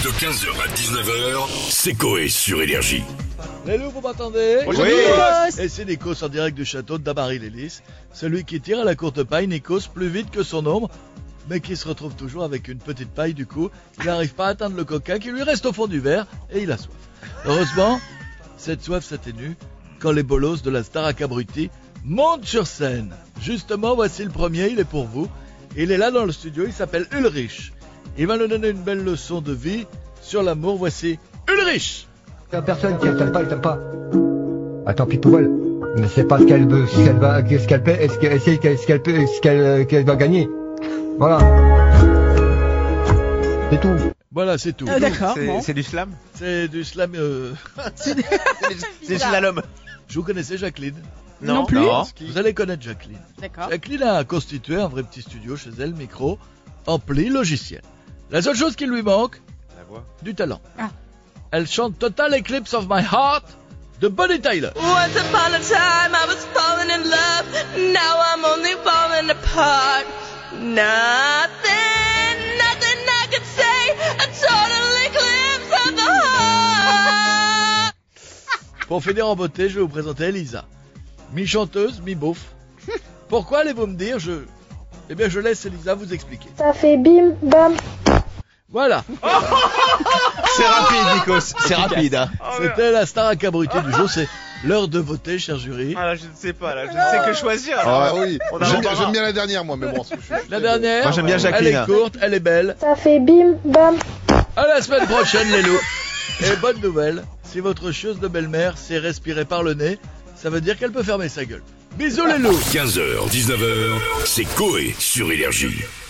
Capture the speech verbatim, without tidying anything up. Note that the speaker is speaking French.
De quinze heures à dix-neuf heures, c'est Coé sur Énergie. Les loups, vous m'entendez? Oui. Et c'est Nikos en direct du château de Damary-Lélis. Celui qui tire à la courte paille, Nikos, plus vite que son ombre, mais qui se retrouve toujours avec une petite paille du coup. Il n'arrive pas à atteindre le coquin qui lui reste au fond du verre et il a soif. Heureusement, cette soif s'atténue quand les bolos de la Starac Abruti montent sur scène. Justement, voici le premier, il est pour vous. Il est là dans le studio, il s'appelle Ulrich. Il va nous donner une belle leçon de vie sur l'amour. Voici Ulrich. La personne qui t'aime pas, elle t'aime pas. Attends, puis pour elle, ne sait pas ce qu'elle veut, ce qu'elle va, ce qu'elle paie, ce qu'elle, ce qu'elle, ce qu'elle peut, ce qu'elle, qu'elle va gagner. Voilà. C'est tout. Voilà, c'est tout. Euh, D'accord. C'est, Bon. c'est du slam. C'est du slam. Euh... C'est du slalom. Je vous connaissais Jacqueline. Non plus. Non. Vous allez connaître Jacqueline. D'accord. Jacqueline a constitué un vrai petit studio chez elle, micro, ampli, logiciel. La seule chose qui lui manque, La voix. du talent. Ah. Elle chante Total Eclipse of My Heart de Bonnie Tyler. Once upon a time I was falling in love. Now I'm only falling apart. Nothing, nothing I could say. A total eclipse of the heart. Pour finir en beauté, je vais vous présenter Elisa. Mi-chanteuse, mi-beauf. Pourquoi allez-vous me dire? Je... Eh bien, je laisse Elisa vous expliquer. Ça fait bim bam. Voilà, C'est rapide, Nikos. C'est rapide, hein. c'était la Starac Abruti du jour. C'est l'heure de voter, cher jury. Ah là, je ne sais pas, là. Je ne sais que choisir. Ah oui, On a j'aime bien, l'embarras. j'aime bien la dernière moi, mais bon. je- je- La dernière, Moi, j'aime bien elle Jacqueline. est courte, elle est belle. Ça fait bim bam. À la semaine prochaine, les loups. Et bonne nouvelle, si votre chieuse de belle-mère sait respirer par le nez, ça veut dire qu'elle peut fermer sa gueule. Bisous les loups. quinze heures, dix-neuf heures, c'est Coé sur Énergie.